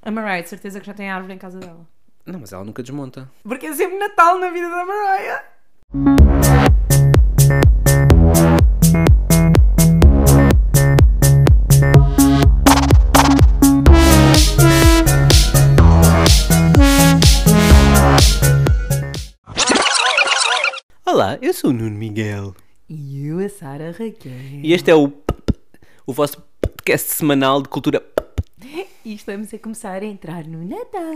A Mariah, de certeza que já tem árvore em casa dela. Não, mas ela nunca desmonta. Porque é sempre Natal na vida da Mariah. Olá, eu sou o Nuno Miguel. E eu, a Sara Raquel. E este é o vosso podcast semanal de cultura. E estamos a começar a entrar no Natal.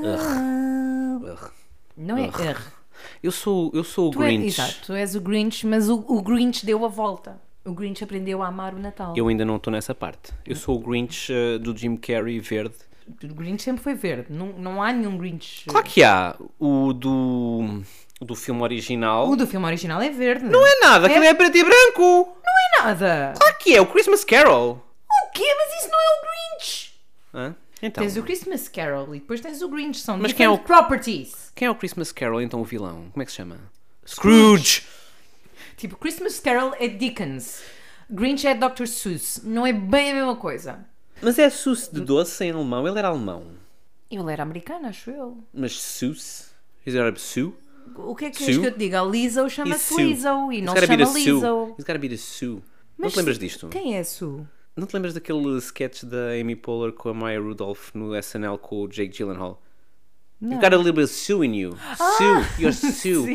Não é R. Eu sou o Tu Grinch. Exato, tu és o Grinch, mas o Grinch deu a volta. O Grinch aprendeu a amar o Natal. Eu ainda não estou nessa parte. Eu sou o Grinch do Jim Carrey verde. O Grinch sempre foi verde. Não há nenhum Grinch. Claro que há. O do filme original. O do filme original é verde. Não é nada, aquilo é preto e branco. Não é nada. Claro que é, o Christmas Carol. O quê? Mas isso não é o Grinch. Hã? Então. Tens o Christmas Carol e depois tens o Grinch. São Mas quem é different properties. Quem é o Christmas Carol, então o vilão? Como é que se chama? Scrooge! Tipo, Christmas Carol é Dickens. Grinch é Dr. Seuss. Não é bem a mesma coisa. Mas é Seuss de doce em alemão, ele era alemão. Ele era americano, acho eu. Mas Seuss? Is there a Sue? O que é que Sue? queres que eu te diga? A Lizzo chama-se Lizzo e não se It's gotta be chama the Sue. Lizzo. It's gotta be the Sue. Não Mas te lembras disto? Quem é a Sue? Não te lembras daquele sketch da Amy Poehler com a Maya Rudolph no SNL com o Jake Gyllenhaal? Não. You've got a little bit of Sue in you. Sue, you're Sue. Sim.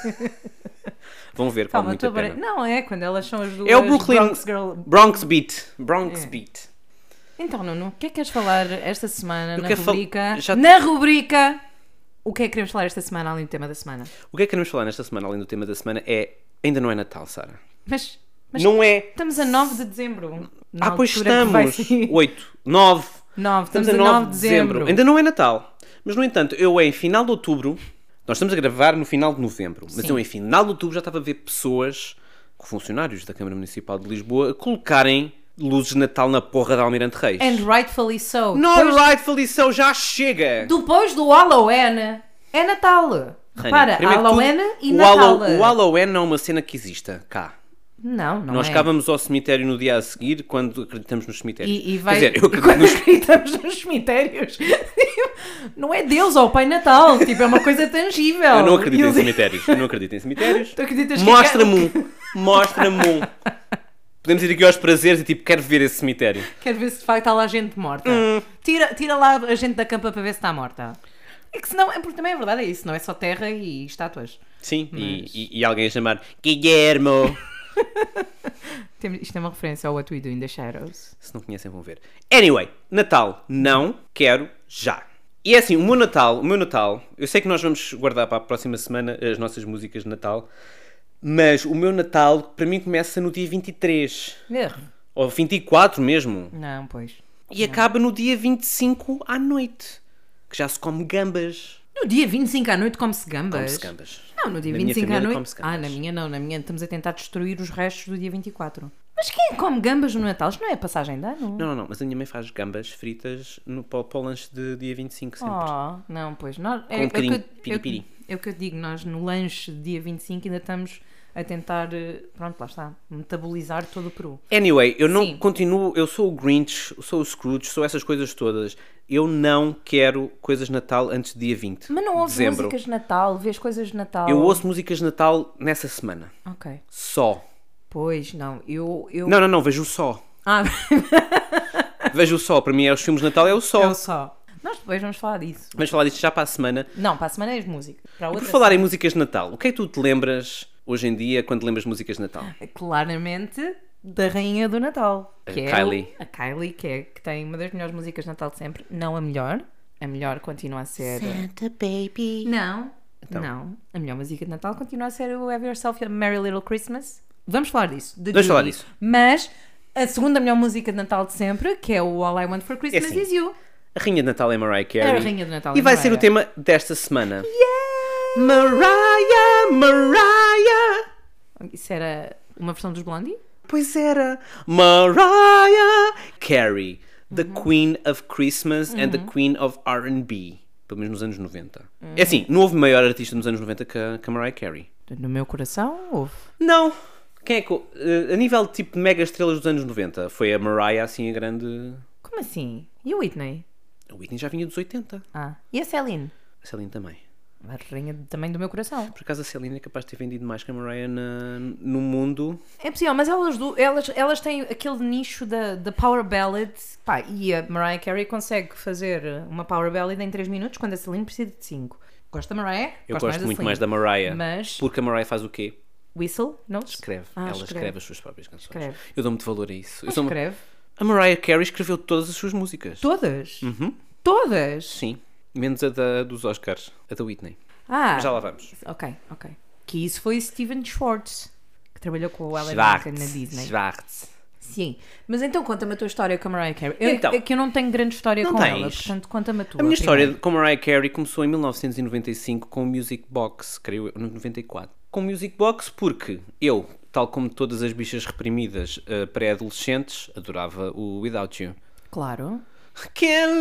Vão ver, vale Calma, muito a estou pena. Não, é quando elas são as duas É o Brooklyn Bronx Girl. Bronx Beat. Bronx É. Beat. Então, Nuno, o que é que queres falar esta semana Eu na quero rubrica? já- Na rubrica! O que é que queremos falar esta semana além do tema da semana? O que é que queremos falar nesta semana, além do tema da semana, é... Ainda não é Natal, Sara. Mas Não é... estamos a 9 de dezembro. Na Pois altura que vai estamos. sair. 8, 9. 9, Estamos a 9 de dezembro. Ainda não é Natal. Mas, no entanto, eu em final de outubro... Nós estamos a gravar no final de novembro. Mas Sim. eu em final de outubro já estava a ver pessoas, funcionários da Câmara Municipal de Lisboa, a colocarem luzes de Natal na porra da Almirante Reis. And rightfully so. Not Depois, rightfully so, já chega! depois do Halloween é Natal. Repara, Honey, primeiro de Halloween tudo, e o Natal. O Halloween não é uma cena que exista cá. Não Nós é. cá vamos ao cemitério no dia a seguir quando acreditamos nos cemitérios. E vai... Quer dizer, eu e acredito quando nos... acreditamos nos cemitérios, não é Deus ou o Pai Natal, tipo, é uma coisa tangível. Eu não acredito E em eu- cemitérios. Eu não acredito em cemitérios. Tu acreditas que Mostra-me um. Mostra-me um. Podemos ir aqui aos prazeres e tipo, quero ver esse cemitério. Quero ver se de facto está lá gente morta. Tira lá a gente da campa para ver se está morta. É que senão, porque também é verdade, é isso, não é só terra e estátuas. Sim, Mas- e alguém a chamar Guilhermo. Isto é uma referência ao What We Do in the Shadows. Se não conhecem, vão ver. Anyway, Natal. Não quero já. E é assim, o meu Natal, eu sei que nós vamos guardar para a próxima semana as nossas músicas de Natal, mas o meu Natal, para mim, começa no dia 23. Erro. Ou 24 mesmo. Não, pois. E acaba no dia 25 à noite. Que já se come gambas. No dia 25 à noite come-se gambas. Come-se gambas. Não, no dia Na minha 25 à família noite. come-se gambas. Na minha não, na minha estamos a tentar destruir os restos do dia 24. Mas quem é que come gambas no Natal? Isto não é passagem de ano? Não, mas a minha mãe faz gambas fritas para o lanche de dia 25 sempre. Oh, não, pois. Nós, Com um bocadinho de é o piripiri. que eu te digo, nós no lanche de dia 25 ainda estamos a tentar, pronto, lá está, metabolizar todo o peru. Anyway, eu não Sim. continuo, eu sou o Grinch, sou o Scrooge, sou essas coisas todas. Eu não quero coisas de Natal antes de dia 20 Mas não de ouves dezembro. músicas de Natal, vês coisas de Natal. Eu ouço músicas de Natal nessa semana. Ok. Só. Pois, não, eu... Não, vejo o só. Ah, Vejo o só. Para mim, os filmes de Natal é o só. eu só. Nós depois vamos falar disso. Vamos falar disto já para a semana. Não, para a semana é as músicas. Para a E outra por falar em músicas de Natal, o que é que tu te lembras hoje em dia quando lembras de músicas de Natal? claramente da Rainha do Natal. A Que é Kylie. A Kylie, que tem uma das melhores músicas de Natal de sempre. Não a melhor. A melhor continua a ser... Santa Baby. Não. Então. Não. A melhor música de Natal continua a ser o Have Yourself a Merry Little Christmas. Vamos falar disso. de Vamos falar Judy. disso. Mas a segunda melhor música de Natal de sempre, que é o All I Want for Christmas assim. Is You. A Rainha de Natal é Mariah Carey. É a Rainha de Natal E é vai ser o Mariah. tema desta semana. Yeah! Mariah. Isso era uma versão dos Blondie? Pois era. Mariah Carey. The Queen of Christmas and the Queen of R&B. Pelo menos nos anos 90. É assim, não houve maior artista nos anos 90 que a Mariah Carey. No meu coração, houve. Não. Quem é que... a nível de tipo de mega estrelas dos anos 90, foi a Mariah assim a grande... Como assim? E a Whitney? A Whitney já vinha dos 80. E a Celine? A Celine também. A rainha também do meu coração. Por acaso a Celine é capaz de ter vendido mais que a Mariah no mundo. É possível, mas elas têm aquele nicho da power ballad. Pá, e a Mariah Carey consegue fazer uma power ballad em 3 minutos quando a Celine precisa de 5. Gosto da Mariah? Eu gosto muito mais da Mariah. Mas... Porque a Mariah faz o quê? Whistle? Notes? Escreve. Ela escreve as suas próprias canções. Escreve. Eu dou muito valor a isso. Escreve. A Mariah Carey escreveu todas as suas músicas. Todas? Uhum. Todas? Sim. Menos a dos Oscars. A da Whitney. Mas já lá vamos. Ok. Que isso foi Steven Schwartz, que trabalhou com o Alan Menken na Disney. Schwartz. Sim. Mas então conta-me a tua história com a Mariah Carey. É que eu não tenho grande história com ela, portanto conta-me a tua. A minha história com a Mariah Carey começou em 1995 com o Music Box, creio eu, 94. Com o Music Box porque eu, tal como todas as bichas reprimidas pré-adolescentes, adorava o Without You. Claro. Can't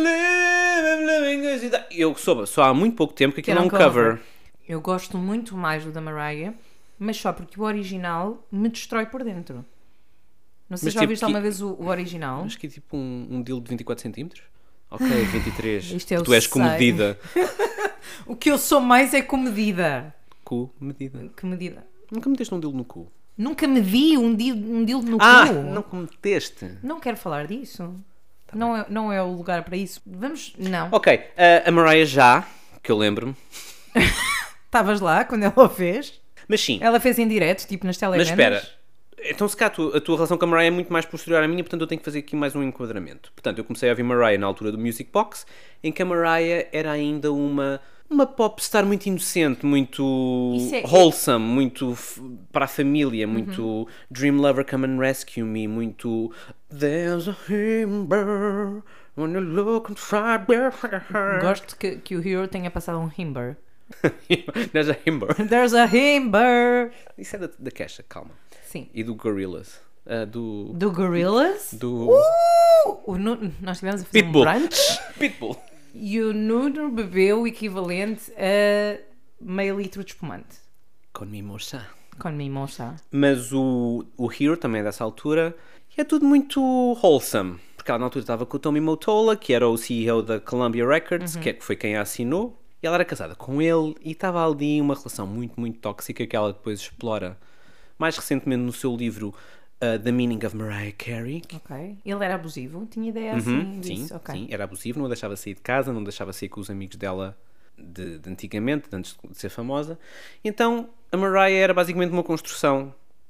live. Eu soube só há muito pouco tempo que aquilo é um cover. Eu gosto muito mais do da Mariah, mas só porque o original me destrói por dentro. Não sei se já ouviste alguma vez o original. Acho que é tipo um deal de 24 cm. Ok, 23. Isto é tu és comedida. O que eu sou mais é comedida. Comedida. Que medida? Nunca meteste um deal no cu? Nunca me di um deal no cu. Não cometeste. Não quero falar disso. Não é o lugar para isso. Vamos... Não. Ok, a Mariah já, que eu lembro-me. Estavas lá quando ela o fez? Mas sim. Ela fez em direto, tipo nas televendas. Mas espera. Então se cá a tua relação com a Mariah é muito mais posterior à minha, portanto eu tenho que fazer aqui mais um enquadramento. Portanto, eu comecei a ouvir Mariah na altura do Music Box, em que a Mariah era ainda uma popstar muito inocente, muito wholesome, muito para a família, muito Dream Lover Come and Rescue Me, muito There's a himber when you look and try. Gosto que o Hero tenha passado um himber. There's a himber. There's a himber. Isso é da Kesha, calma. Sim. E do Gorillaz. Do Gorillaz? Nós estivemos a fazer Pitbull. um brunch. Pitbull. E o Nuno bebeu o equivalente a meio litro de espumante. Com mimosa. Mas o Hero também é dessa altura. E é tudo muito wholesome. Porque ela na altura estava com o Tommy Mottola, que era o CEO da Columbia Records, que foi quem a assinou. E ela era casada com ele e estava ali uma relação muito, muito tóxica que ela depois explora mais recentemente no seu livro The Meaning of Mariah Carey. Ok. Ele era abusivo? Tinha ideia assim disso? Sim, era abusivo, não a deixava sair de casa, não a deixava sair com os amigos dela de antigamente, de antes de ser famosa. Então a Mariah era basicamente uma construção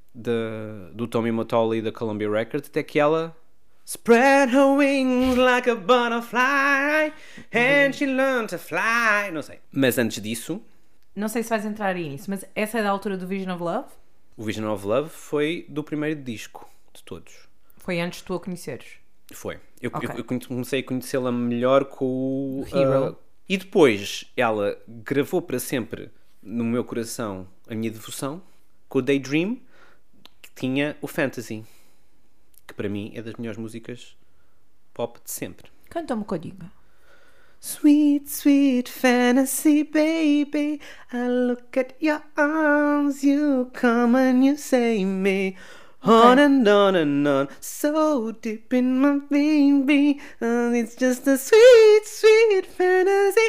do Tommy Mottola e da Columbia Records, até que ela spread her wings like a butterfly and she learned to fly. Não sei. Mas antes disso... Não sei se vais entrar aí nisso, mas essa é da altura do Vision of Love? O Vision of Love foi do primeiro disco de todos. Foi antes de tu a conheceres? Foi. Eu comecei a conhecê-la melhor com o... Hero. E depois ela gravou para sempre no meu coração a minha devoção com o Daydream, que tinha o Fantasy, que para mim é das melhores músicas pop de sempre. Canta-me um bocadinho. Sweet, sweet fantasy, baby. I look at your arms, you come and you say me on and on and on, so deep in my baby. It's just a sweet, sweet fantasy.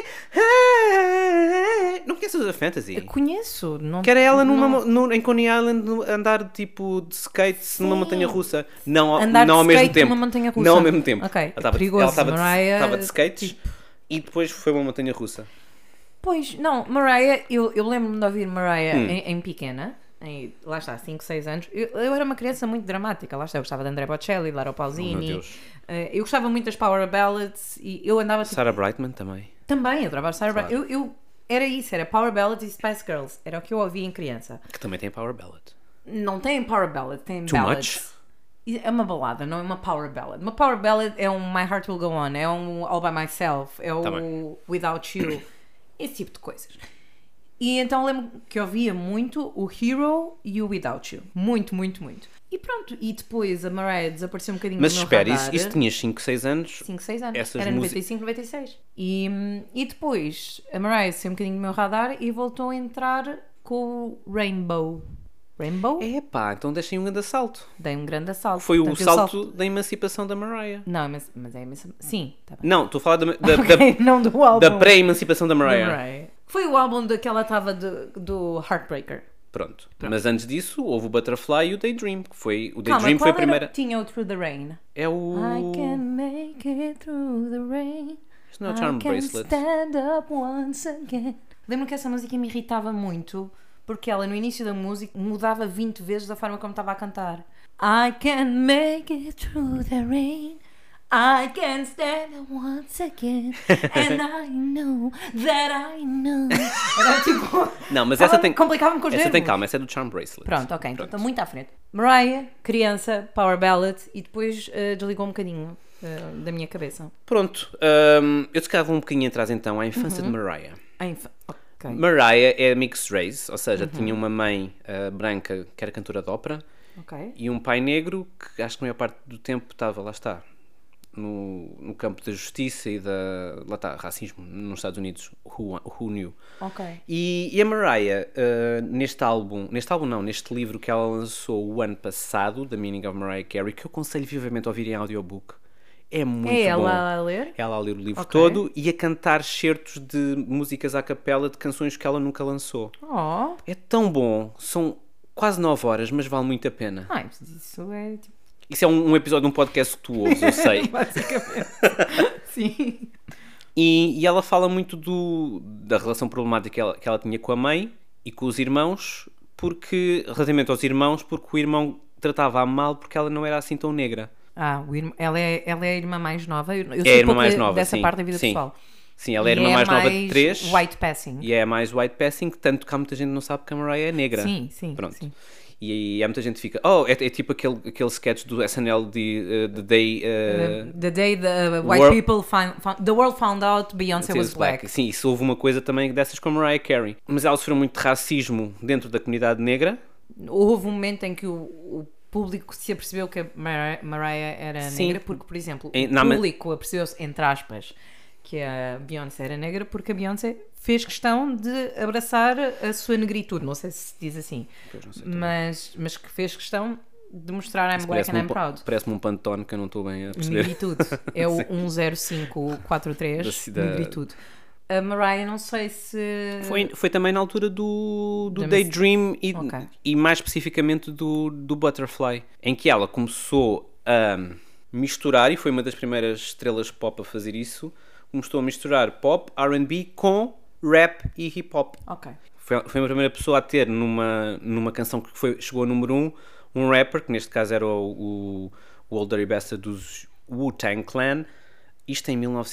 Hey. Não conheces a Fantasy? Eu conheço. Não, que era ela em Coney Island andar tipo de skate numa montanha russa. Não ao mesmo tempo. Numa montanha russa. Não ao mesmo tempo. Ok. Ela estava de skates. E depois foi uma montanha russa. Pois, não, Mariah, eu lembro-me de ouvir Mariah em pequena, lá está, 5, 6 anos. Eu era uma criança muito dramática, lá está, eu gostava de Andrea Bocelli, Laura Pausini. Oh, meu Deus. Eu gostava muito das Power Ballads e eu andava... Sarah Brightman também. Também, adorava Sarah Brightman. Era isso, era Power Ballads e Spice Girls, era o que eu ouvia em criança. Que também tem Power Ballad. Não tem Power Ballad, tem Too ballads. Much? É uma balada, não é uma power ballad. Uma power ballad é um My Heart Will Go On, é um All By Myself, é o Without You, esse tipo de coisas. E então lembro que eu ouvia muito o Hero e o Without You. Muito, muito, muito. E pronto, e depois a Mariah desapareceu um bocadinho do meu radar. Mas espera, isso tinhas 5, 6 anos? 5, 6 anos, era 95, 96. E depois a Mariah saiu um bocadinho do meu radar e voltou a entrar com o Rainbow. Rainbow? Epá, então deixem um grande assalto. Dei um grande assalto. Foi o Portanto, salto da emancipação da Mariah. Não, mas é emancipação. Sim, tá bem. Não, estou a falar Ok, não do álbum. da pré-emancipação da Da Mariah. Mariah. Foi o álbum que ela estava do Heartbreaker. Pronto. Mas antes disso, houve o Butterfly e o Daydream. Que foi, o Calma, Daydream foi a qual era? primeira. Tinha o Through the Rain. É o. I can make it through the rain. Isto não é o Charm I can Bracelet. stand up once again. Lembro que essa música me irritava muito porque ela no início da música mudava 20 vezes a forma como estava a cantar. I can make it through the rain. I can stand up once again. And I know that I know. Era tipo. Não, mas essa tem. Complicava-me com os Essa tem nervos. calma, essa é do Charm Bracelet. Pronto, ok, então estou muito à frente. Mariah, criança, Power Ballad e depois desligou um bocadinho da minha cabeça. Pronto. Eu se calhar vou um bocadinho atrás então à infância de Mariah. Ok. Mariah é mixed race, ou seja, tinha uma mãe branca que era cantora de ópera Ok. e um pai negro que acho que a maior parte do tempo estava, lá está, no campo da justiça e lá está, racismo nos Estados Unidos, who knew. Ok. E a Mariah, neste livro que ela lançou o ano passado, The Meaning of Mariah Carey, que eu aconselho vivamente a ouvir em audiobook. É muito É bom. ela a ler? Ela a ler o livro Ok. todo e a cantar certos de músicas à capela de canções que ela nunca lançou. Oh. É tão bom. São quase 9 horas, mas vale muito a pena. Ai, mas isso é tipo. Isso é um episódio de um podcast que tu ouves, eu sei. Basicamente. Sim. E ela fala muito da relação problemática que ela tinha com a mãe e com os irmãos, relativamente aos irmãos, porque o irmão tratava-a mal porque ela não era assim tão negra. Ela é a irmã mais nova. Eu É a sei irmã pouco mais nova, dessa sim. parte da vida Sim. pessoal. Sim, ela é a E irmã mais nova de 3. White passing. E é a mais white passing, tanto que há muita gente que não sabe que a Mariah é negra. Sim, sim. Pronto. Sim. E há muita gente que fica, é tipo aquele sketch do SNL de The Day... The day the white World- people the world found out Beyoncé was black. Sim, isso houve uma coisa também dessas com a Mariah Carey. Mas ela sofreu muito de racismo dentro da comunidade negra. Houve um momento em que o público se apercebeu que a Mariah era Sim. negra, porque, por exemplo, Em- o na- público apercebeu-se, entre aspas, que a Beyoncé era negra porque a Beyoncé fez questão de abraçar a sua negritude. Não sei se diz assim, Pois não sei também. mas que fez questão de mostrar I'm black Parece-me and I'm proud. Parece-me um pantone que eu não estou bem a perceber. Negritude. É o 10543. Da- Negritude. A Mariah, não sei se... Foi também na altura do Da Daydream Ok. e mais especificamente do Butterfly, em que ela começou a misturar, e foi uma das primeiras estrelas pop a fazer isso, começou a misturar pop, R&B com rap e hip hop. Ok. Foi a primeira pessoa a ter numa canção que chegou a número 1, um rapper, que neste caso era o Old Dirty Bastard dos Wu-Tang Clan, isto em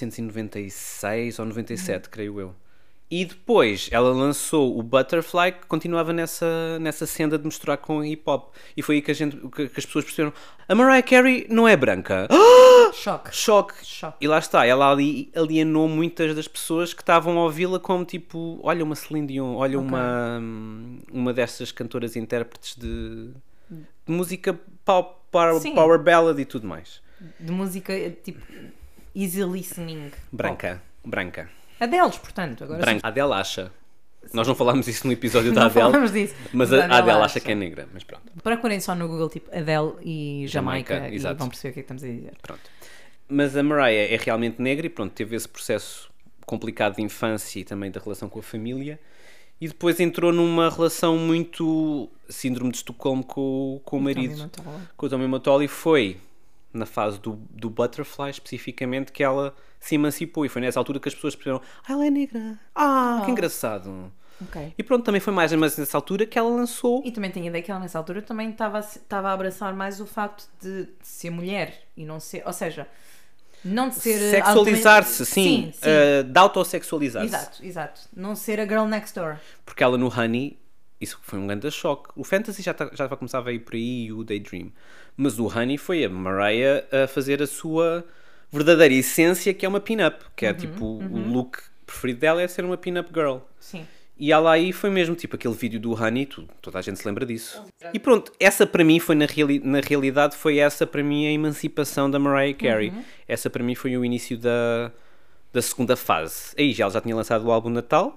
1996 ou 97, creio eu. E depois ela lançou o Butterfly, que continuava nessa senda de misturar com hip hop. E foi aí que as pessoas perceberam: a Mariah Carey não é branca. Choque. Choque. Choque. E lá está, ela alienou muitas das pessoas que estavam a ouvi-la como tipo, olha uma Celine Dion, olha Ok. uma destas cantoras e intérpretes de música Sim. power ballad e tudo mais. De música, tipo, easy listening. Branca. Adeles, portanto. Agora Branca. A Adele acha. Nós não falámos isso no episódio da Não Adele, falamos disso. mas Mas a Adele acha que é negra. Mas pronto. Procurem só no Google, tipo, Adele e Jamaica, Jamaica, e exato. vão perceber o que é que estamos a dizer. Pronto. Mas a Mariah é realmente negra e pronto, teve esse processo complicado de infância e também da relação com a família. E depois entrou numa relação muito síndrome de Estocolmo com o marido, com o Tommy Mottola, e foi na fase do Butterfly especificamente que ela se emancipou, e foi nessa altura que as pessoas perceberam: ela é negra, que engraçado. Ok. E pronto, também foi mais ou menos nessa altura que ela lançou. E também tenho a ideia que ela nessa altura também estava a abraçar mais o facto de ser mulher e não ser, ou seja, não de ser Sexualizar-se, sim, sim. de autossexualizar-se. Exato. Não ser a girl next door. Porque ela no Honey, isso foi um grande choque. O Fantasy já começava a ir por aí, e o Daydream. Mas o Honey foi a Mariah a fazer a sua verdadeira essência, que é uma pin-up. Que é tipo, o look preferido dela é ser uma pin-up girl. Sim. E ela aí foi mesmo, tipo, aquele vídeo do Honey, toda a gente se lembra disso. E pronto, essa para mim foi, na realidade, foi essa para mim a emancipação da Mariah Carey. Essa para mim foi o início da segunda fase. Aí ela já tinha lançado o álbum Natal.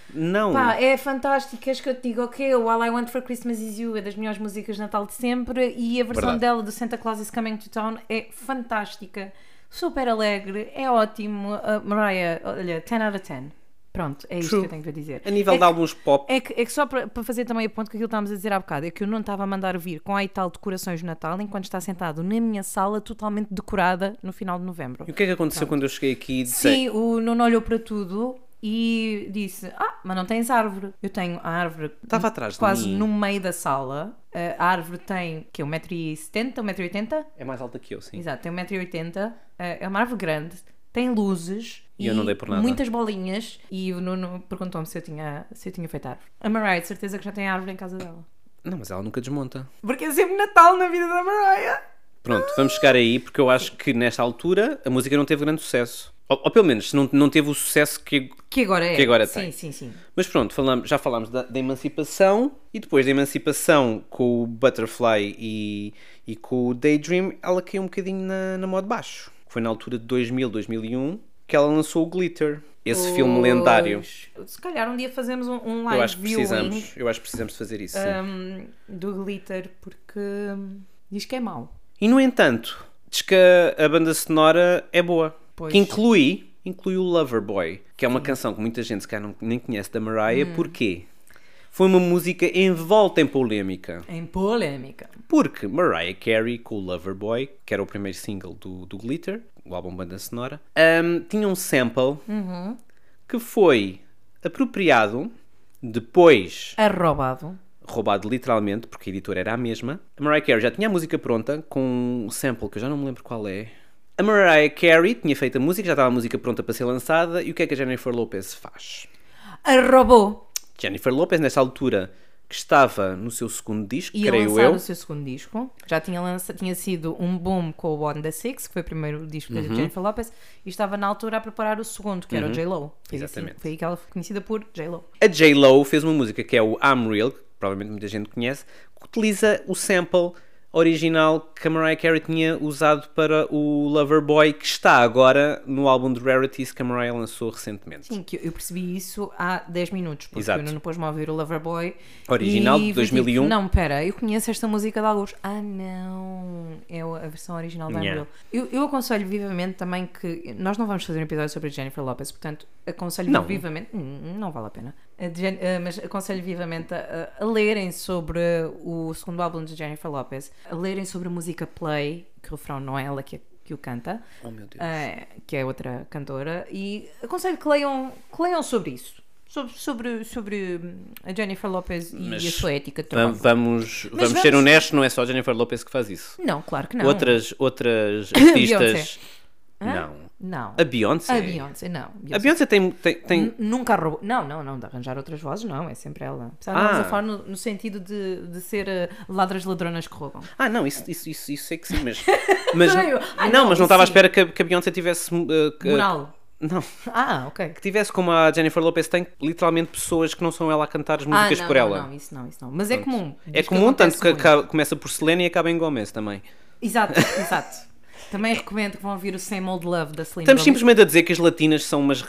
Não. Pá, é fantástico. Queres que eu te diga o quê? O All I Want for Christmas Is You é das melhores músicas de Natal de sempre e a versão Verdade. dela do Santa Claus is Coming to Town é fantástica. Super alegre, é ótimo. Mariah, olha, 10 out of 10. Pronto, é isto True. que eu tenho para dizer. A nível de álbuns pop... É que só para fazer também a ponto que aquilo que estávamos a dizer há bocado, é que eu não estava a mandar vir com aí tal decorações de Natal enquanto está sentado na minha sala totalmente decorada no final de novembro. E o que é que aconteceu quando eu cheguei aqui e disse... Sim, o Nuno olhou para tudo e disse: mas não tens árvore. Eu tenho a árvore Estava atrás de quase mim. no meio da sala. A árvore tem, que é 1,70m, 1,80m? É mais alta que eu, sim. Exato, tem 1,80m. É uma árvore grande, tem luzes. E eu não dei por nada. Muitas bolinhas. E o Nuno perguntou-me se eu tinha feito árvore. A Mariah, de certeza que já tem árvore em casa dela. Não, mas ela nunca desmonta. Porque é sempre Natal na vida da Mariah. Pronto, vamos chegar aí, porque eu acho que nesta altura a música não teve grande sucesso. Ou pelo menos, não teve o sucesso que agora é. Que agora sim, tem. Sim. Mas pronto, já falámos da emancipação, e depois da emancipação com o Butterfly e com o Daydream, ela caiu um bocadinho na moda baixo. Foi na altura de 2000, 2001 que ela lançou o Glitter, esse filme lendário. Se calhar um dia fazemos um Eu live acho que viewing precisamos fazer isso, sim. do Glitter, porque diz que é mau. E no entanto, diz que a banda sonora é boa. Pois. Que inclui o Loverboy, que é uma canção que muita gente se calhar nem conhece da Mariah. Porquê? Foi uma música envolta em polémica. Em polêmica. Porque Mariah Carey, com o Loverboy, que era o primeiro single do Glitter, o álbum banda sonora, tinha um sample que foi apropriado, depois roubado literalmente, porque a editora era a mesma. A Mariah Carey já tinha a música pronta, com um sample que eu já não me lembro qual é. A Mariah Carey tinha feito a música, já estava a música pronta para ser lançada, e o que é que a Jennifer Lopez faz? Roubou. Jennifer Lopez, nessa altura, que estava no seu segundo disco, Ia creio lançar eu. o seu segundo disco. Já tinha sido um boom com o On The Six, que foi o primeiro disco da Jennifer Lopez, e estava na altura a preparar o segundo, que era o J-Lo. Exatamente. Foi aí que ela foi conhecida por J-Lo. A J-Lo fez uma música que é o I'm Real, que provavelmente muita gente conhece, que utiliza o sample original que a Mariah Carey tinha usado para o Loverboy, que está agora no álbum de Rarities que a Mariah lançou recentemente. Sim, que eu percebi isso há 10 minutos, porque Exato. eu não pôs-me a ouvir o Loverboy. Original e de 2001. Tipo, não, pera, eu conheço esta música de alguns. Não, é a versão original da Yeah. Unreal. Eu aconselho vivamente também que... Nós não vamos fazer um episódio sobre a Jennifer Lopez, portanto, aconselho Não. vivamente... Não vale a pena. Mas aconselho vivamente a lerem sobre o segundo álbum de Jennifer Lopez, a lerem sobre a música Play, que o refrão não é ela que o canta, Oh, meu Deus. que é outra cantora, e aconselho que leiam sobre isso. Sobre a Jennifer Lopez e a sua ética de trabalho. Vamos ser honestos, não é só a Jennifer Lopez que faz isso. Não, claro que não. Outras artistas... Hã? Não. A Beyoncé? A Beyoncé, não. A Beyoncé tem... Nunca roubou. Não, de arranjar outras vozes, não. É sempre ela. Estamos a falar no sentido de ser ladras ladronas que roubam. não, isso sei que sim, mas Sério? não, mas não estava à sim. espera que a Beyoncé tivesse... Moral. Não, Ok. que tivesse como a Jennifer Lopez tem, literalmente pessoas que não são ela a cantar as músicas não, por ela. Não, isso não. Mas é comum. É Diz comum, tanto acontece que muito. começa por Selena e acaba em Gomez também. Exato. Também recomendo que vão ouvir o Same Old Love da Selena Estamos Gomez. simplesmente a dizer que as latinas são umas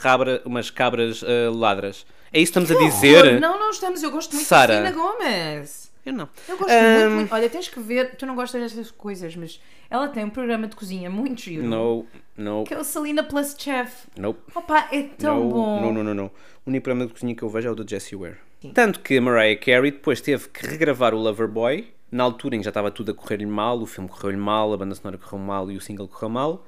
cabras ladras. É isso que estamos a dizer? Não estamos. Eu gosto muito Sara. da Selena Gomez. Eu não. Eu gosto muito. Olha, tens que ver. Tu não gostas destas coisas, mas ela tem um programa de cozinha muito giro. No. Que é o Selena Plus Chef. Nope. Opa, é tão bom. Não. O único programa de cozinha que eu vejo é o do Jessie Ware. Tanto que a Mariah Carey depois teve que regravar o Loverboy, na altura em que já estava tudo a correr-lhe mal, o filme correu-lhe mal, a banda sonora correu mal e o single correu mal.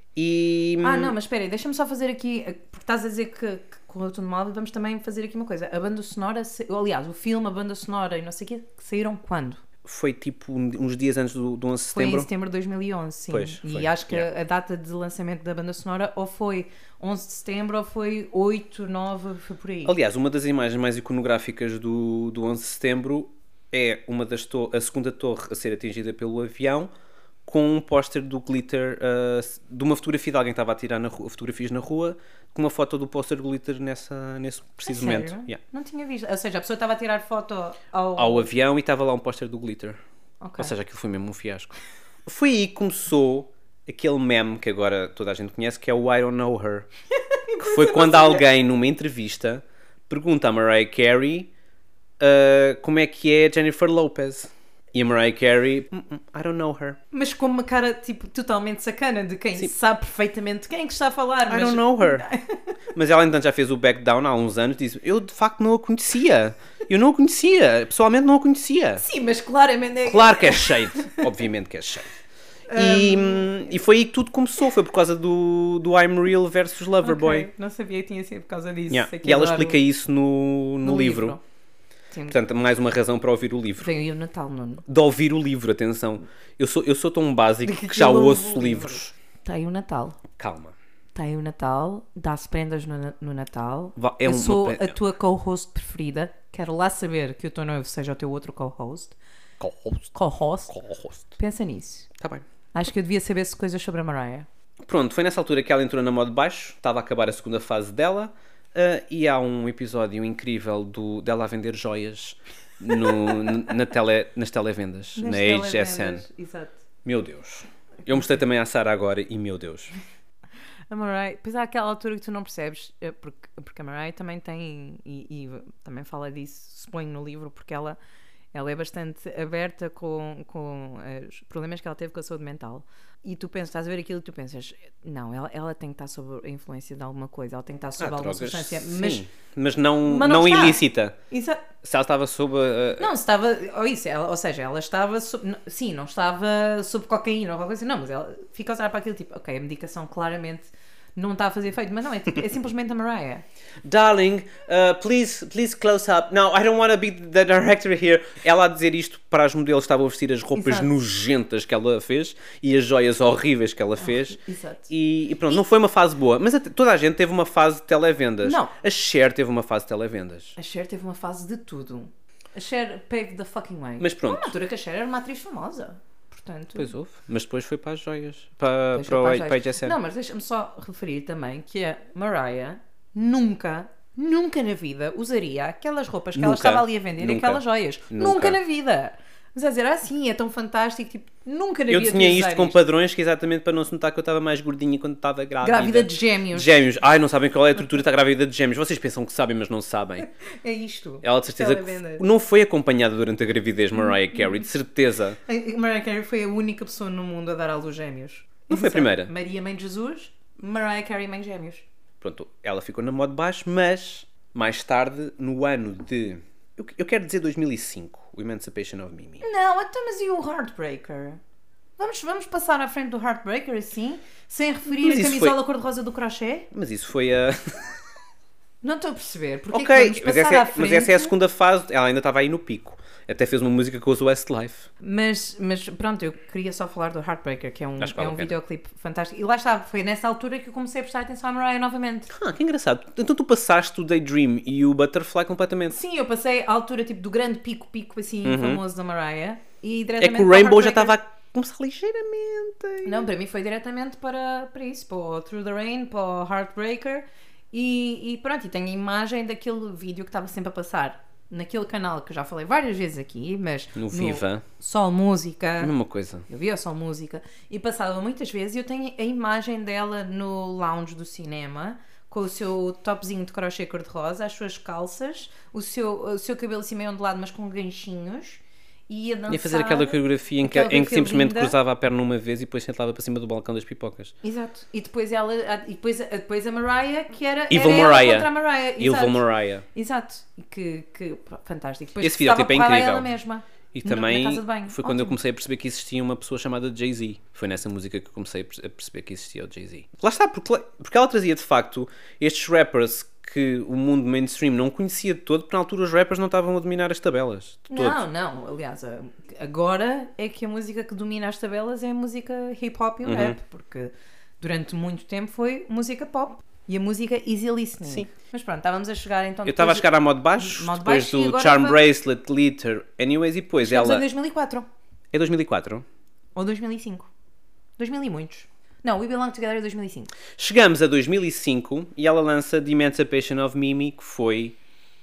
E... Não, mas espera aí, deixa-me só fazer aqui, porque estás a dizer que correu tudo mal, e vamos também fazer aqui uma coisa. A banda sonora, aliás, o filme, a banda sonora e não sei o quê, saíram quando? Foi tipo uns dias antes do 11 de Foi setembro. em setembro de 2011, sim. Pois, e foi, acho que yeah. a data de lançamento da banda sonora ou foi 11 de setembro ou foi 8, 9, foi por aí. Aliás, uma das imagens mais iconográficas do 11 de setembro é a segunda torre a ser atingida pelo avião, com um póster do Glitter, de uma fotografia de alguém que estava a tirar fotografias na rua, com uma foto do póster do Glitter nesse preciso momento. Sério? Yeah. Não tinha visto. Ou seja, a pessoa estava a tirar foto Ao avião e estava lá um póster do Glitter. Ok. Ou seja, aquilo foi mesmo um fiasco. Foi aí que começou aquele meme que agora toda a gente conhece, que é o I Don't Know Her. Que foi quando alguém, numa entrevista, pergunta a Mariah Carey como é que é Jennifer Lopez. E a Mariah Carey, I don't know her. Mas com uma cara, tipo, totalmente sacana de quem sabe perfeitamente quem é que está a falar. I don't know her. Mas ela, então, já fez o Back Down há uns anos e disse, eu de facto não a conhecia. Eu não a conhecia. Pessoalmente não a conhecia. Sim, mas claramente... Claro que é shade. Obviamente que é shade. E foi aí que tudo começou. Foi por causa do I'm Real versus Loverboy. Okay. Não sabia que tinha sido por causa disso. Yeah. E ela explica isso no livro. Sim. Portanto, mais uma razão para ouvir o livro. Veio aí o Natal, Nuno. De ouvir o livro, atenção. Eu sou tão básico que já ouço livros. Está aí o Natal. Calma. Está aí o Natal. Dá-se prendas no Natal. Eu sou a tua co-host preferida. Quero lá saber que o teu noivo seja o teu outro co-host. Co-host. Pensa nisso. Está bem. Acho que eu devia saber coisas sobre a Mariah. Pronto, foi nessa altura que ela entrou na moda de baixo. Estava a acabar a segunda fase dela. E há um episódio incrível dela a vender joias nas televendas, na HSN. Exato. Meu Deus. Eu mostrei também à Sara agora e meu Deus. A Mariah, pois há aquela altura que tu não percebes, porque a Mariah também tem, e também fala disso, suponho no livro, porque ela é bastante aberta com os problemas que ela teve com a saúde mental. E tu pensas, estás a ver aquilo e tu pensas, não, ela tem que estar sob a influência de alguma coisa, ela tem que estar sob alguma drogas, substância, sim, mas não ilícita. Exato. Se ela estava sob Não, se estava, ou seja, ela estava sob, sim, não estava sob cocaína ou qualquer coisa, não, mas ela fica a olhar para aquilo tipo, ok, a medicação claramente não está a fazer efeito, mas não, é simplesmente a Mariah. Darling, please close up. No, I don't want to be the director here. Ela a dizer isto para as modelos que estavam a vestir as roupas Exato. nojentas que ela fez e as joias horríveis que ela fez. Exato. E pronto, não foi uma fase boa. Mas toda a gente teve uma fase de televendas. Não. A Cher teve uma fase de televendas. A Cher teve uma fase de tudo. A Cher paved the fucking way. Mas pronto. Uma altura que a Cher era uma atriz famosa. Portanto, Pois houve. Mas depois foi para as joias. Para depois foi para o as HSN. Não, mas deixa-me só referir também que a Mariah nunca na vida usaria aquelas roupas que ela estava ali a vender e aquelas joias. Nunca na vida. Mas a dizer, sim, é tão fantástico, tipo, nunca na vida. Eu tinha isto com padrões que exatamente para não se notar que eu estava mais gordinha quando estava grávida. Grávida de gêmeos. Gêmeos. Ai, não sabem qual é a tortura, está grávida de gêmeos. Vocês pensam que sabem, mas não sabem. É isto. Ela de certeza que não foi acompanhada durante a gravidez, Mariah Carey, de certeza. A Mariah Carey foi a única pessoa no mundo a dar à luz gêmeos. Não foi a primeira. Maria, mãe de Jesus, Mariah Carey, mãe de gêmeos. Pronto, ela ficou na moda de baixo, mas mais tarde, no ano de... Eu quero dizer 2005, o Emancipation of Mimi. Não, então, mas e o Heartbreaker? Vamos passar à frente do Heartbreaker assim, sem referir a camisola cor-de-rosa do crochê? Mas isso foi a... Não estou a perceber. Porque ok, é que vamos passar à frente? Mas essa é a segunda fase, ela ainda estava aí no pico. Até fez uma música com os Westlife. Mas pronto, eu queria só falar do Heartbreaker, que é um videoclipe fantástico. E lá está, foi nessa altura que eu comecei a prestar atenção à Mariah novamente. Que engraçado. Então tu passaste o Daydream e o Butterfly completamente. Sim, eu passei a altura tipo do grande pico assim, famoso da Mariah. E diretamente é que o Rainbow já estava a começar ligeiramente. Não, para mim foi diretamente para isso, para o Through the Rain, para o Heartbreaker. E pronto, e tenho a imagem daquele vídeo que estava sempre a passar naquele canal que eu já falei várias vezes aqui, mas no Viva, Sol Música, a mesma coisa. Eu via Sol Música e passava muitas vezes e eu tenho a imagem dela no lounge do cinema com o seu topzinho de crochê cor-de-rosa, as suas calças, o seu cabelo assim meio ondulado mas com ganchinhos e a dançar. Ia fazer aquela coreografia em que simplesmente cruzava a perna uma vez e depois sentava para cima do balcão das pipocas. Exato. E depois depois a Mariah, que era Evil ela Mariah. contra a Mariah. Evil Mariah. Exato. Que fantástico. Depois esse videoclipe é incrível. Ela mesma. E também na casa de banho. foi quando eu comecei a perceber que existia uma pessoa chamada Jay-Z. Foi nessa música que eu comecei a perceber que existia o Jay-Z. Lá está, porque ela trazia de facto estes rappers que o mundo mainstream não conhecia de todo, porque na altura os rappers não estavam a dominar as tabelas. Não. Aliás, agora é que a música que domina as tabelas é a música hip-hop e o rap, porque durante muito tempo foi música pop. E a música easy listening. Sim. Mas pronto, estávamos a chegar então... Eu estava a chegar à modo baixo, depois do Charm Bracelet, Glitter, Anyways, e depois ela... em 2004. É 2004? Ou 2005. 2000 e muitos. Não, We Belong Together é 2005. Chegamos a 2005 e ela lança The Emancipation of Mimi, que foi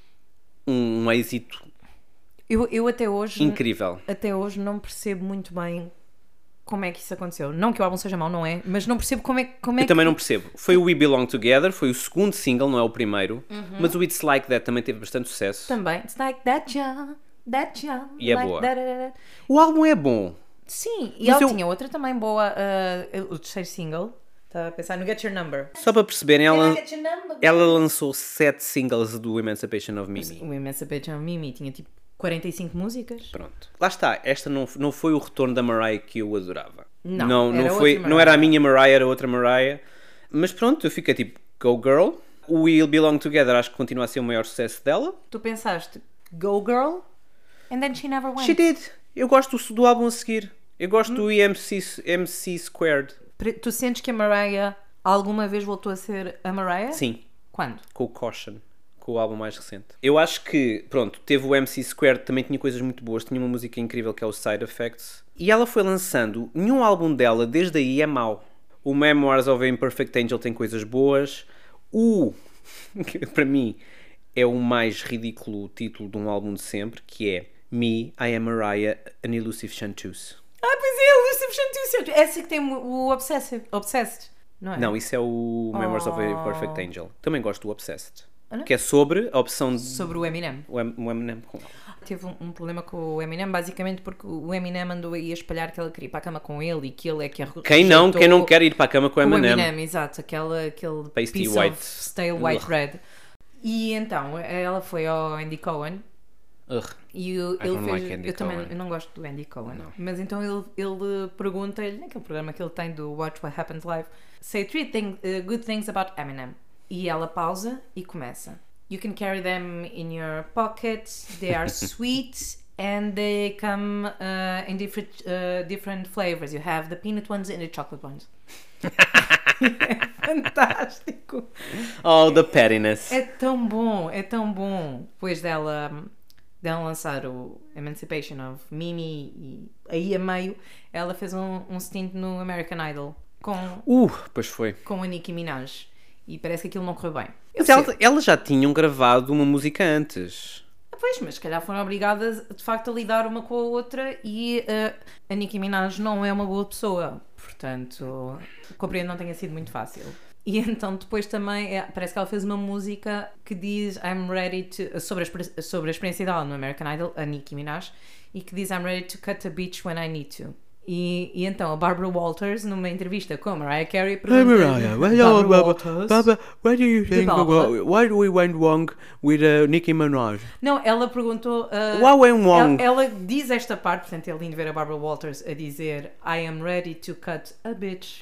um êxito eu até hoje... incrível. Até hoje não percebo muito bem como é que isso aconteceu. Não que o álbum seja mau, não é? Mas não percebo como é Eu também não percebo. Foi o We Belong Together, foi o segundo single, não é o primeiro. Mas o It's Like That também teve bastante sucesso. Também. It's like that young, E é like boa. that. O álbum é bom. Sim, e Mas ela tinha outra também boa, o terceiro single. Estava a pensar no Get Your Number. Só para perceberem, Can I get your number? ela lançou 7 singles do Emancipation of Mimi. O Emancipation of Mimi tinha tipo 45 músicas. Pronto. Lá está, esta não foi o retorno da Mariah que eu adorava. Não, era foi, outra não era a Mariah. minha Mariah, era outra Mariah. Mas pronto, eu fiquei tipo, Go Girl. O We'll Belong Together acho que continua a ser o maior sucesso dela. Tu pensaste, Go Girl, and then she never went. She did. Eu gosto do álbum a seguir. Eu gosto do MC Squared. Tu sentes que a Mariah alguma vez voltou a ser a Mariah? Sim, Quando? com o Caution. Com o álbum mais recente. Eu acho que, pronto, teve o MC Squared, também tinha coisas muito boas, tinha uma música incrível que é o Side Effects. E ela foi lançando, nenhum álbum dela desde aí é mau. O Memoirs of a Imperfect Angel tem coisas boas. Que para mim é o mais ridículo título de um álbum de sempre, que é Me, I Am Mariah, An Elusive Chanteuse. Ah, pois é, Elusive Chanteuse. Essa que tem o Obsessed, não é? Não, isso é o Memoirs of a Imperfect Angel. Também gosto do Obsessed. Não? Que é sobre a opção de... Sobre o Eminem. o Eminem com ela. Teve um problema com o Eminem, basicamente porque o Eminem andou aí a espalhar que ela queria ir para a cama com ele e que ele é que a Quem não quer ir para a cama com o com o Eminem? Eminem, exato, aquele Pasty piece white. of stale white bread. E então, ela foi ao Andy Cohen e ele don't fez... like Andy eu também Cohen. eu não gosto do Andy Cohen. Não. Mas então ele pergunta-lhe, naquele programa que ele tem do Watch What Happens Live, say good things about Eminem. E ela pausa e começa. You can carry them in your pocket, they are sweet and they come in different flavors. You have the peanut ones and the chocolate ones. É fantástico. Oh, the pettiness. É tão bom, é tão bom. Depois dela lançar o Emancipation of Mimi e aí a meio ela fez um stint no American Idol Pois foi. com a Nicki Minaj e parece que aquilo não correu bem. Mas elas já tinham gravado uma música antes. Pois, mas se calhar foram obrigadas de facto a lidar uma com a outra e a Nicki Minaj não é uma boa pessoa, portanto compreendo não tenha sido muito fácil. E então depois também parece que ela fez uma música que diz I'm ready to sobre a experiência dela no American Idol, a Nicki Minaj, e que diz I'm ready to cut a bitch when I need to. E então a Barbara Walters, numa entrevista com a Mariah Carey, pergunta what do you think? Why do we went wrong with Nicki Minaj? Não, ela perguntou. What went wrong? Ela diz esta parte, portanto é lindo ver a Barbara Walters a dizer I am ready to cut a bitch.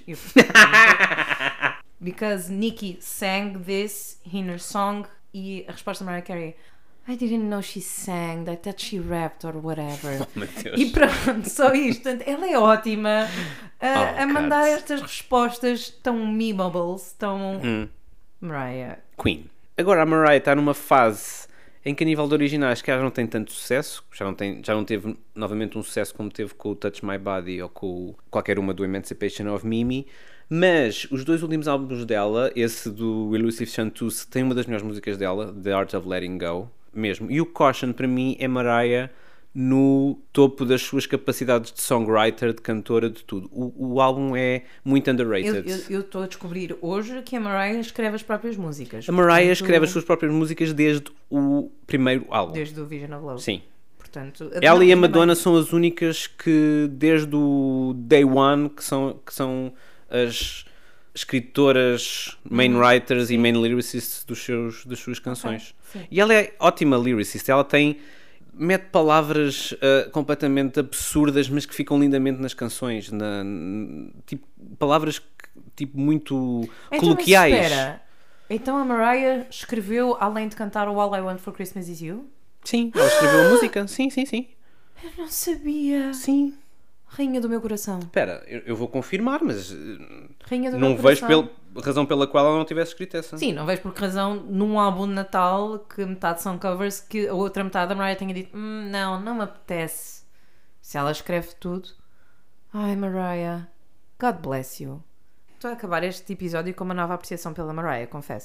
Because Nicki sang this in her song. E a resposta da Mariah Carey: I didn't know she sang, I thought she rapped or whatever. Oh, meu Deus. E pronto, só isto. Portanto, ela é ótima a mandar estas respostas tão memeables, tão Mariah. Queen. Agora a Mariah está numa fase em que a nível de originais que ela não tem tanto sucesso, já não teve novamente um sucesso como teve com o Touch My Body ou com qualquer uma do Emancipation of Mimi, mas os dois últimos álbuns dela, esse do Elusive Chanteuse, tem uma das melhores músicas dela, The Art of Letting Go, mesmo, e o Caution para mim é Mariah no topo das suas capacidades de songwriter, de cantora, de tudo. O álbum é muito underrated. Eu estou a descobrir hoje que a Mariah escreve as próprias músicas. A Mariah escreve as suas próprias músicas desde o primeiro álbum. Desde o Vision of Love. Sim. Portanto, ela e a Madonna são as únicas que desde o Day One que são as escritoras, main writers e main lyricists das suas canções. Okay, e ela é ótima lyricist. Ela mete palavras completamente absurdas, mas que ficam lindamente nas canções. Tipo, palavras tipo, muito coloquiais. Mas espera, então a Mariah escreveu, além de cantar o All I Want for Christmas Is You? Sim, ela escreveu a música. Sim. Eu não sabia. Sim. Rainha do meu coração. Espera, eu vou confirmar, mas Rainha do não meu vejo coração. razão pela qual ela não tivesse escrito essa. Sim, não vejo por que razão num álbum de Natal que metade são covers que a outra metade da Mariah tenha dito não me apetece. Se ela escreve tudo. Ai, Mariah, God bless you. Estou a acabar este episódio com uma nova apreciação pela Mariah, confesso-te.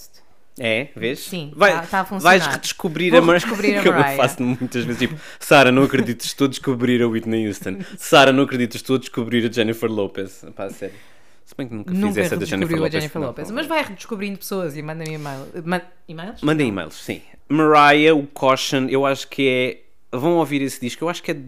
É, vês? Sim, Vai, tá a funcionar. vais redescobrir Vou a Mariah. redescobrir a Que eu Mariah. faço muitas vezes, tipo, Sara, não acredito, estou a descobrir a Whitney Houston. Sara, não acredito, estou a descobrir a Jennifer Lopez. Pá, a sério. Se bem que nunca fiz Nunca essa da Jennifer redescobriu a Lopez. Jennifer Não, Lopez. não, Mas vai redescobrindo pessoas e manda-me e-mails. Mandem e-mails, sim. Mariah, o Caution, eu acho que é... Vão ouvir esse disco, eu acho que é de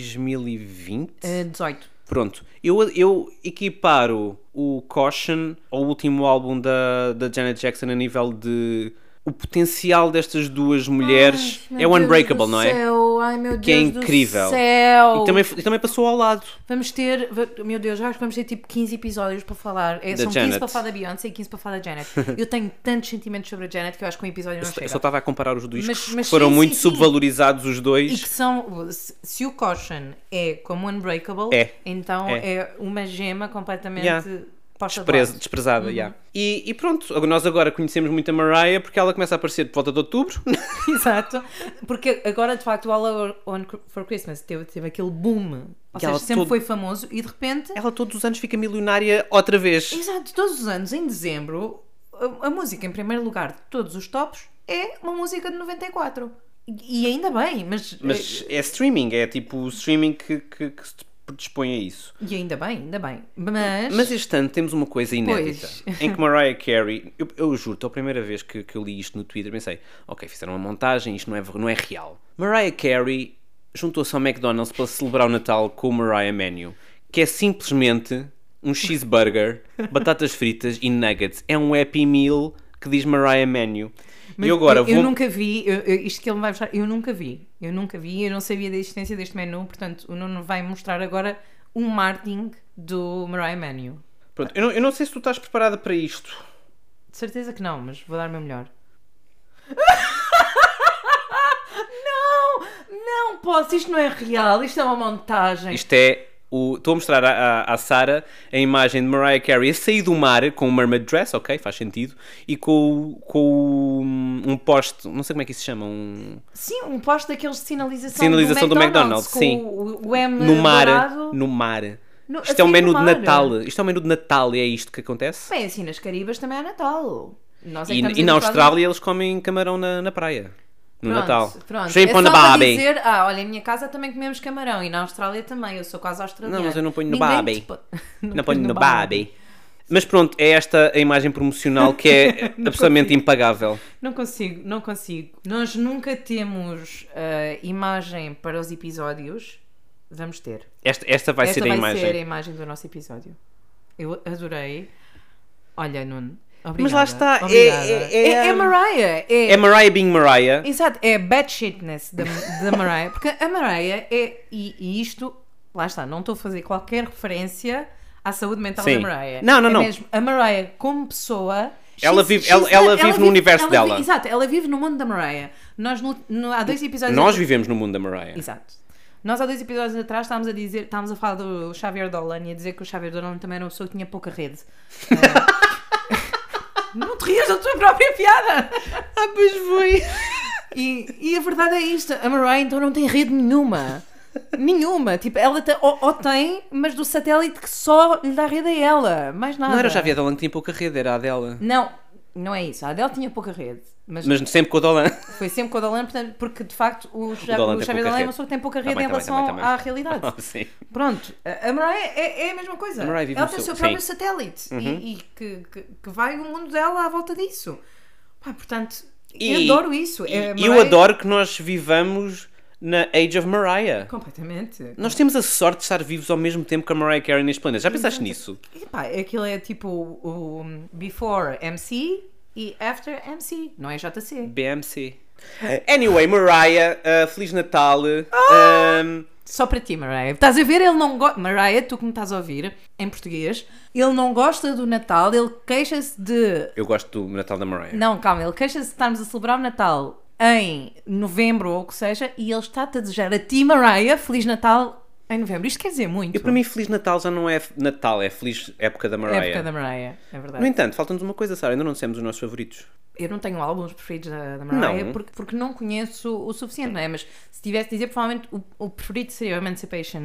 2020. 18. Pronto, eu equiparo o Caution ao último álbum da Janet Jackson a nível de... O potencial destas duas mulheres é o Unbreakable, não é? Ai, meu Deus Que é incrível. do céu. E também passou ao lado. Vamos ter, meu Deus, acho que vamos ter tipo 15 episódios para falar. São 15 Janet. para falar da Beyoncé e 15 para falar da Janet. Eu tenho tantos sentimentos sobre a Janet que eu acho que um episódio não chega. Eu só estava a comparar os discos, Mas que foram sim, muito sim. subvalorizados os dois. E que são, se o Caution é como Unbreakable, então é uma gema completamente posta de lado. Desprezada, E pronto, nós agora conhecemos muito a Mariah porque ela começa a aparecer por volta de outubro. Exato, porque agora de facto o All I Want For Christmas teve aquele boom, ou seja, sempre foi famoso e de repente... Ela todos os anos fica milionária outra vez. Exato, todos os anos, em dezembro, a música em primeiro lugar de todos os tops é uma música de 94. E ainda bem, mas é streaming, é tipo o streaming que se predispõe a isso. E ainda bem. Mas este ano temos uma coisa inédita, em que Mariah Carey, eu juro-te, a primeira vez que eu li isto no Twitter, pensei, ok, fizeram uma montagem, isto não é real. Mariah Carey juntou-se ao McDonald's para celebrar o Natal com o Mariah Menu, que é simplesmente um cheeseburger, batatas fritas e nuggets. É um Happy Meal que diz Mariah Menu. Mas e agora eu nunca vi, isto que ele me vai mostrar, eu nunca vi, eu não sabia da existência deste menu, portanto o Nuno vai mostrar agora um marketing do Mariah Menu. Pronto, eu não sei se tu estás preparada para isto. De certeza que não, mas vou dar o meu melhor. Não posso, isto não é real, isto é uma montagem. Isto é estou a mostrar à Sara a imagem de Mariah Carey a sair do mar com um mermaid dress, ok, faz sentido, e com um poste, não sei como é que isso se chama, Sim, um poste daqueles de sinalização do McDonald's, com sim, o M no mar, dourado. no mar. Isto Assim, é um menu no de mar. Natal, isto é um menu de Natal e é isto que acontece. Bem, assim nas Caribas também é Natal. Nós é que E estamos na habituados Austrália eles comem camarão na praia. No Natal. Pronto. Shrimp É on the só para barbie. dizer, olha, em minha casa também comemos camarão e na Austrália também, eu sou quase australiana. Não, mas eu não ponho no Ninguém barbie. te Não ponho no barbie. Mas pronto, é esta a imagem promocional que é absolutamente impagável. Não consigo. Nós nunca temos imagem para os episódios. Vamos ter. Esta vai ser a imagem. Esta vai ser a imagem do nosso episódio. Eu adorei. Olha, Nuno. Obrigada. Mas lá está. É Mariah. É Mariah being Mariah. Exato. É a bad shitness da Mariah. Porque a Mariah é... E isto... Lá está. Não estou a fazer qualquer referência à saúde mental da Mariah. Não. Mesmo a Mariah como pessoa... Ela vive no universo dela. Exato. Ela vive no mundo da Mariah. Nós há 2 episódios... Nós vivemos no mundo da Mariah. Exato. Nós há 2 episódios atrás estávamos a falar do Xavier Dolan e a dizer que o Xavier Dolan também era uma pessoa que tinha pouca rede. Não te rias da tua própria piada! Pois foi! E a verdade é isto: a Mariah então não tem rede nenhuma. Tipo, ela ou tem, mas do satélite que só lhe dá rede a ela. Mais nada. Não era o Xavier Dolan que tinha pouca rede, era a dela. Não é isso. A Adele tinha pouca rede. Mas sempre com o Dolan. Foi sempre com o Dolan, portanto, porque de facto o Xavier Dolan é uma pessoa que tem pouca rede Também, em relação à realidade. Sim. Pronto, a Mariah é a mesma coisa. Ela tem o seu próprio satélite e que vai o mundo dela à volta disso. Portanto, eu adoro isso. Eu adoro que nós vivamos na Age of Mariah. Completamente. Nós temos a sorte de estar vivos ao mesmo tempo que a Mariah Carey neste planeta. Já pensaste nisso? Aquilo é tipo o Before MC e After MC, não é JC. BMC. Anyway, Mariah, Feliz Natal. Só para ti, Mariah. Estás a ver? Ele não gosta. Mariah, tu que me estás a ouvir, em português, ele não gosta do Natal, ele queixa-se de... Eu gosto do Natal da Mariah. Não, calma, ele queixa-se de estarmos a celebrar o Natal em novembro ou o que seja, e ele está-te a desejar a ti, Mariah, Feliz Natal em novembro. Isto quer dizer muito. Para mim, Feliz Natal já não é Natal, é Feliz Época da Mariah. É época da Mariah, é verdade. No entanto, falta-nos uma coisa, Sara, ainda não dissemos os nossos favoritos. Eu não tenho álbuns preferidos da Mariah porque não conheço o suficiente, não é? Mas se tivesse de dizer, provavelmente o preferido seria o Emancipation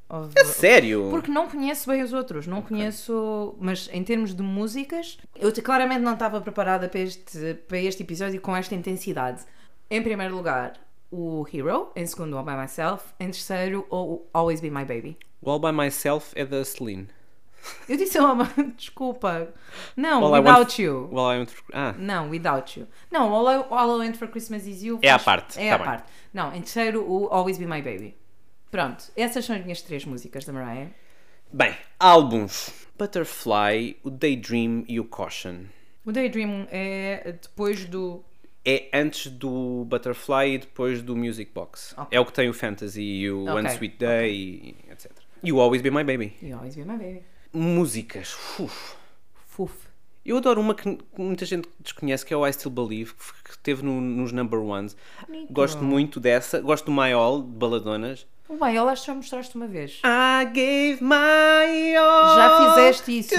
É sério? Porque não conheço bem os outros, não conheço, mas em termos de músicas, eu claramente não estava preparada para este episódio com esta intensidade. Em primeiro lugar, o Hero, em segundo, All By Myself, em terceiro, o Always Be My Baby. O All By Myself é da Celine. Eu disse desculpa. Não, All Without You. Não, Without You. Não, All I Want For Christmas Is You. É à parte. É à parte. Não, em terceiro, o Always Be My Baby. Pronto, essas são as minhas 3 músicas da Mariah. Bem, álbuns. Butterfly, o Daydream e o Caution. O Daydream é depois do... É antes do Butterfly e depois do Music Box. Okay. É o que tem o Fantasy e o One Sweet Day, e etc. E o Always Be My Baby. E o Always Be My Baby. Músicas. Fuf. Eu adoro uma que muita gente desconhece, que é o I Still Believe, que teve nos number ones. Bonito. Gosto muito dessa. Gosto do My All, de Baladonas. O My All acho que já mostraste uma vez. I gave my all. Já fizeste isso. To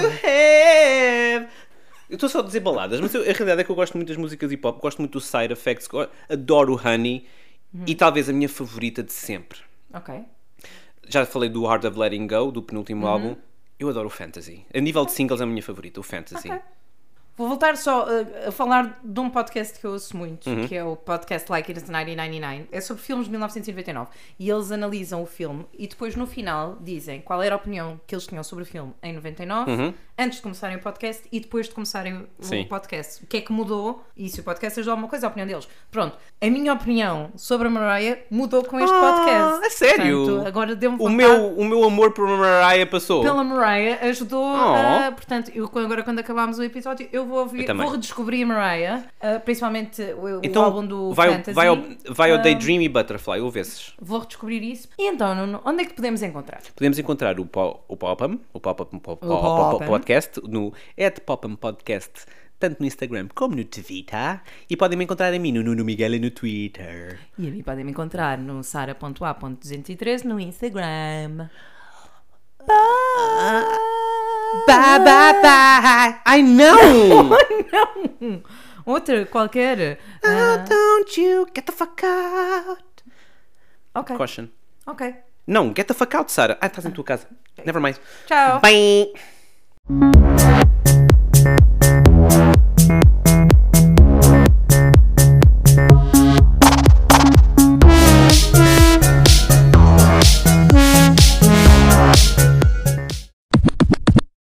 have. Eu estou só a dizer baladas, mas a realidade é que eu gosto muito das músicas hip hop, gosto muito do Side Effects, adoro o Honey e talvez a minha favorita de sempre. Ok. Já falei do Heart of Letting Go, do penúltimo álbum. Eu adoro o Fantasy. A nível de singles é a minha favorita, o Fantasy. Okay. Vou voltar só a falar de um podcast que eu ouço muito, que é o podcast Like It Is 1999. É sobre filmes de 1999. E eles analisam o filme e depois no final dizem qual era a opinião que eles tinham sobre o filme em 99, antes de começarem o podcast e depois de começarem o podcast. O que é que mudou? E se o podcast ajudou alguma coisa, a opinião deles. Pronto, a minha opinião sobre a Mariah mudou com este podcast. É sério? Portanto, agora deu-me o meu amor por Mariah passou. Pela Mariah ajudou portanto, agora quando acabarmos o episódio eu vou ouvir, vou redescobrir a Mariah, principalmente o álbum do Fantasy. Vai ao Daydream e Butterfly, ouve-esses. Vou redescobrir isso. E então, Nuno, onde é que podemos encontrar? Podemos encontrar o Pop'em Podcast, no @Pop'em Podcast, tanto no Instagram como no Twitter. E podem me encontrar a mim, no Nuno Miguel, no Twitter. E a mim podem me encontrar no sara.a.213 no Instagram. Bye, bye, bye. Ai, não! Não! Outra, qualquer. Don't you get the fuck out. Ok. Caution. Ok. Não, get the fuck out, Sara. Estás em tua casa. Never mind. Tchau. Bye.